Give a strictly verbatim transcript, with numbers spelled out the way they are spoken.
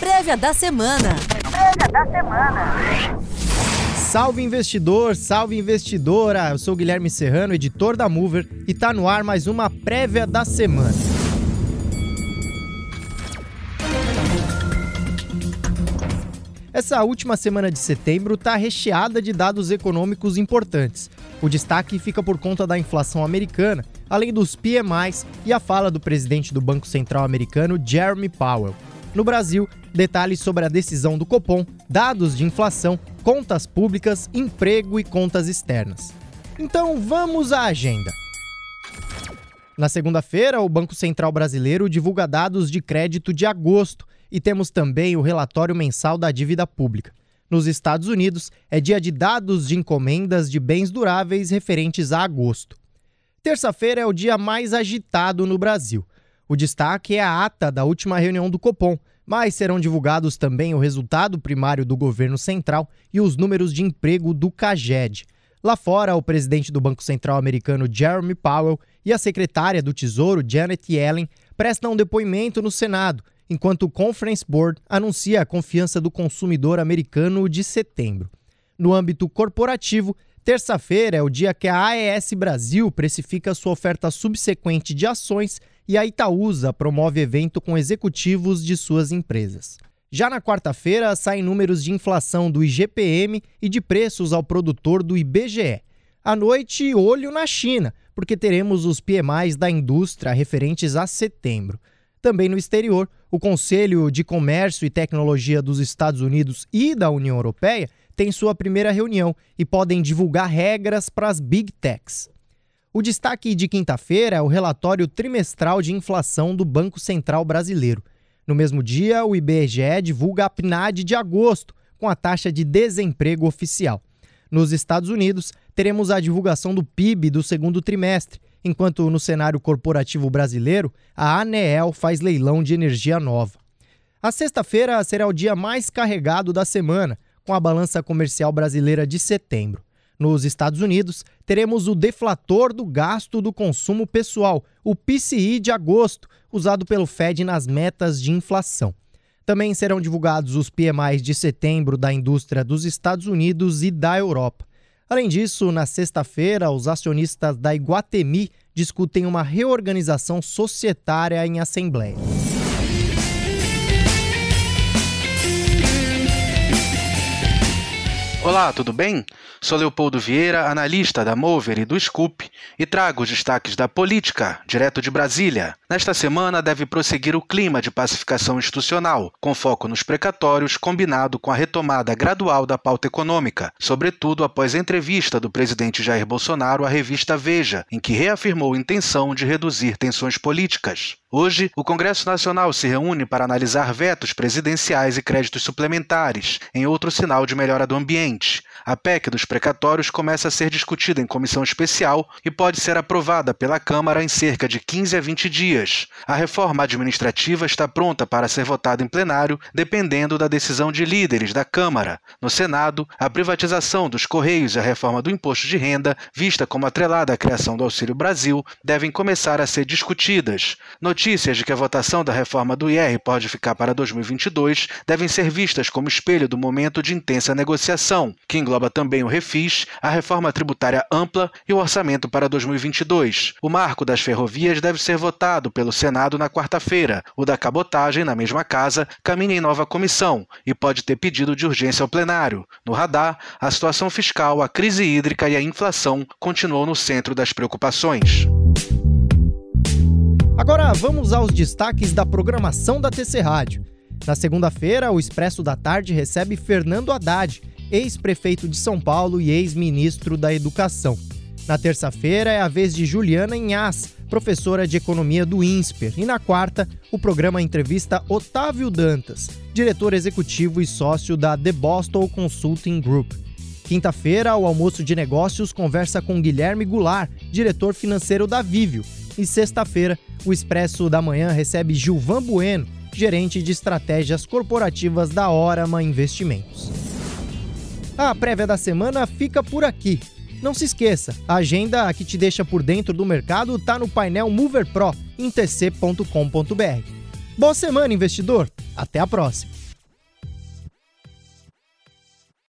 Prévia da semana. Prévia da semana. Salve investidor, salve investidora! Eu sou o Guilherme Serrano, editor da Mover, e tá no ar mais uma Prévia da semana. Essa última semana de setembro está recheada de dados econômicos importantes. O destaque fica por conta da inflação americana, além dos P M Is e a fala do presidente do Banco Central americano, Jerome Powell. No Brasil, detalhes sobre a decisão do Copom, dados de inflação, contas públicas, emprego e contas externas. Então vamos à agenda. Na segunda-feira, o Banco Central brasileiro divulga dados de crédito de agosto e temos também o relatório mensal da dívida pública. Nos Estados Unidos, é dia de dados de encomendas de bens duráveis referentes a agosto. Terça-feira é o dia mais agitado no Brasil. O destaque é a ata da última reunião do Copom, mas serão divulgados também o resultado primário do governo central e os números de emprego do CAGED. Lá fora, o presidente do Banco Central americano, Jerome Powell, e a secretária do Tesouro, Janet Yellen, prestam depoimento no Senado, enquanto o Conference Board anuncia a confiança do consumidor americano de setembro. No âmbito corporativo, terça-feira é o dia que a A E S Brasil precifica sua oferta subsequente de ações e a Itaúsa promove evento com executivos de suas empresas. Já na quarta-feira, saem números de inflação do I G P M e de preços ao produtor do I B G E. À noite, olho na China, porque teremos os P M Is da indústria referentes a setembro. Também no exterior, o Conselho de Comércio e Tecnologia dos Estados Unidos e da União Europeia tem sua primeira reunião e podem divulgar regras para as Big Techs. O destaque de quinta-feira é o relatório trimestral de inflação do Banco Central Brasileiro. No mesmo dia, o I B G E divulga a P N A D de agosto, com a taxa de desemprego oficial. Nos Estados Unidos, teremos a divulgação do P I B do segundo trimestre, enquanto no cenário corporativo brasileiro, a ANEEL faz leilão de energia nova. A sexta-feira será o dia mais carregado da semana, com a balança comercial brasileira de setembro. Nos Estados Unidos, teremos o deflator do gasto do consumo pessoal, o P C I de agosto, usado pelo Fed nas metas de inflação. Também serão divulgados os P M Is de setembro da indústria dos Estados Unidos e da Europa. Além disso, na sexta-feira, os acionistas da Iguatemi discutem uma reorganização societária em assembleia. Olá, tudo bem? Sou Leopoldo Vieira, analista da Mover e do Scoop, e trago os destaques da política, direto de Brasília. Nesta semana deve prosseguir o clima de pacificação institucional, com foco nos precatórios, combinado com a retomada gradual da pauta econômica, sobretudo após a entrevista do presidente Jair Bolsonaro à revista Veja, em que reafirmou a intenção de reduzir tensões políticas. Hoje, o Congresso Nacional se reúne para analisar vetos presidenciais e créditos suplementares, em outro sinal de melhora do ambiente. A P E C dos precatórios começa a ser discutida em comissão especial e pode ser aprovada pela Câmara em cerca de quinze a vinte dias. A reforma administrativa está pronta para ser votada em plenário, dependendo da decisão de líderes da Câmara. No Senado, a privatização dos Correios e a reforma do imposto de renda, vista como atrelada à criação do Auxílio Brasil, devem começar a ser discutidas. Notícias de que a votação da reforma do I R pode ficar para dois mil e vinte e dois devem ser vistas como espelho do momento de intensa negociação, que engloba também o refis, a reforma tributária ampla e o orçamento para dois mil e vinte e dois. O marco das ferrovias deve ser votado pelo Senado na quarta-feira. O da cabotagem, na mesma casa, caminha em nova comissão e pode ter pedido de urgência ao plenário. No radar, a situação fiscal, a crise hídrica e a inflação continuam no centro das preocupações. Agora vamos aos destaques da programação da T C Rádio. Na segunda-feira, o Expresso da Tarde recebe Fernando Haddad, ex-prefeito de São Paulo e ex-ministro da Educação. Na terça-feira é a vez de Juliana Inhas, professora de Economia do INSPER. E na quarta, o programa entrevista Otávio Dantas, diretor executivo e sócio da The Boston Consulting Group. Quinta-feira, o Almoço de Negócios conversa com Guilherme Goulart, diretor financeiro da Vivio. E sexta-feira, o Expresso da Manhã recebe Gilvan Bueno, gerente de estratégias corporativas da Orama Investimentos. A prévia da semana fica por aqui. Não se esqueça, a agenda que te deixa por dentro do mercado está no painel Mover Pro em t c ponto com ponto b r. Boa semana, investidor! Até a próxima!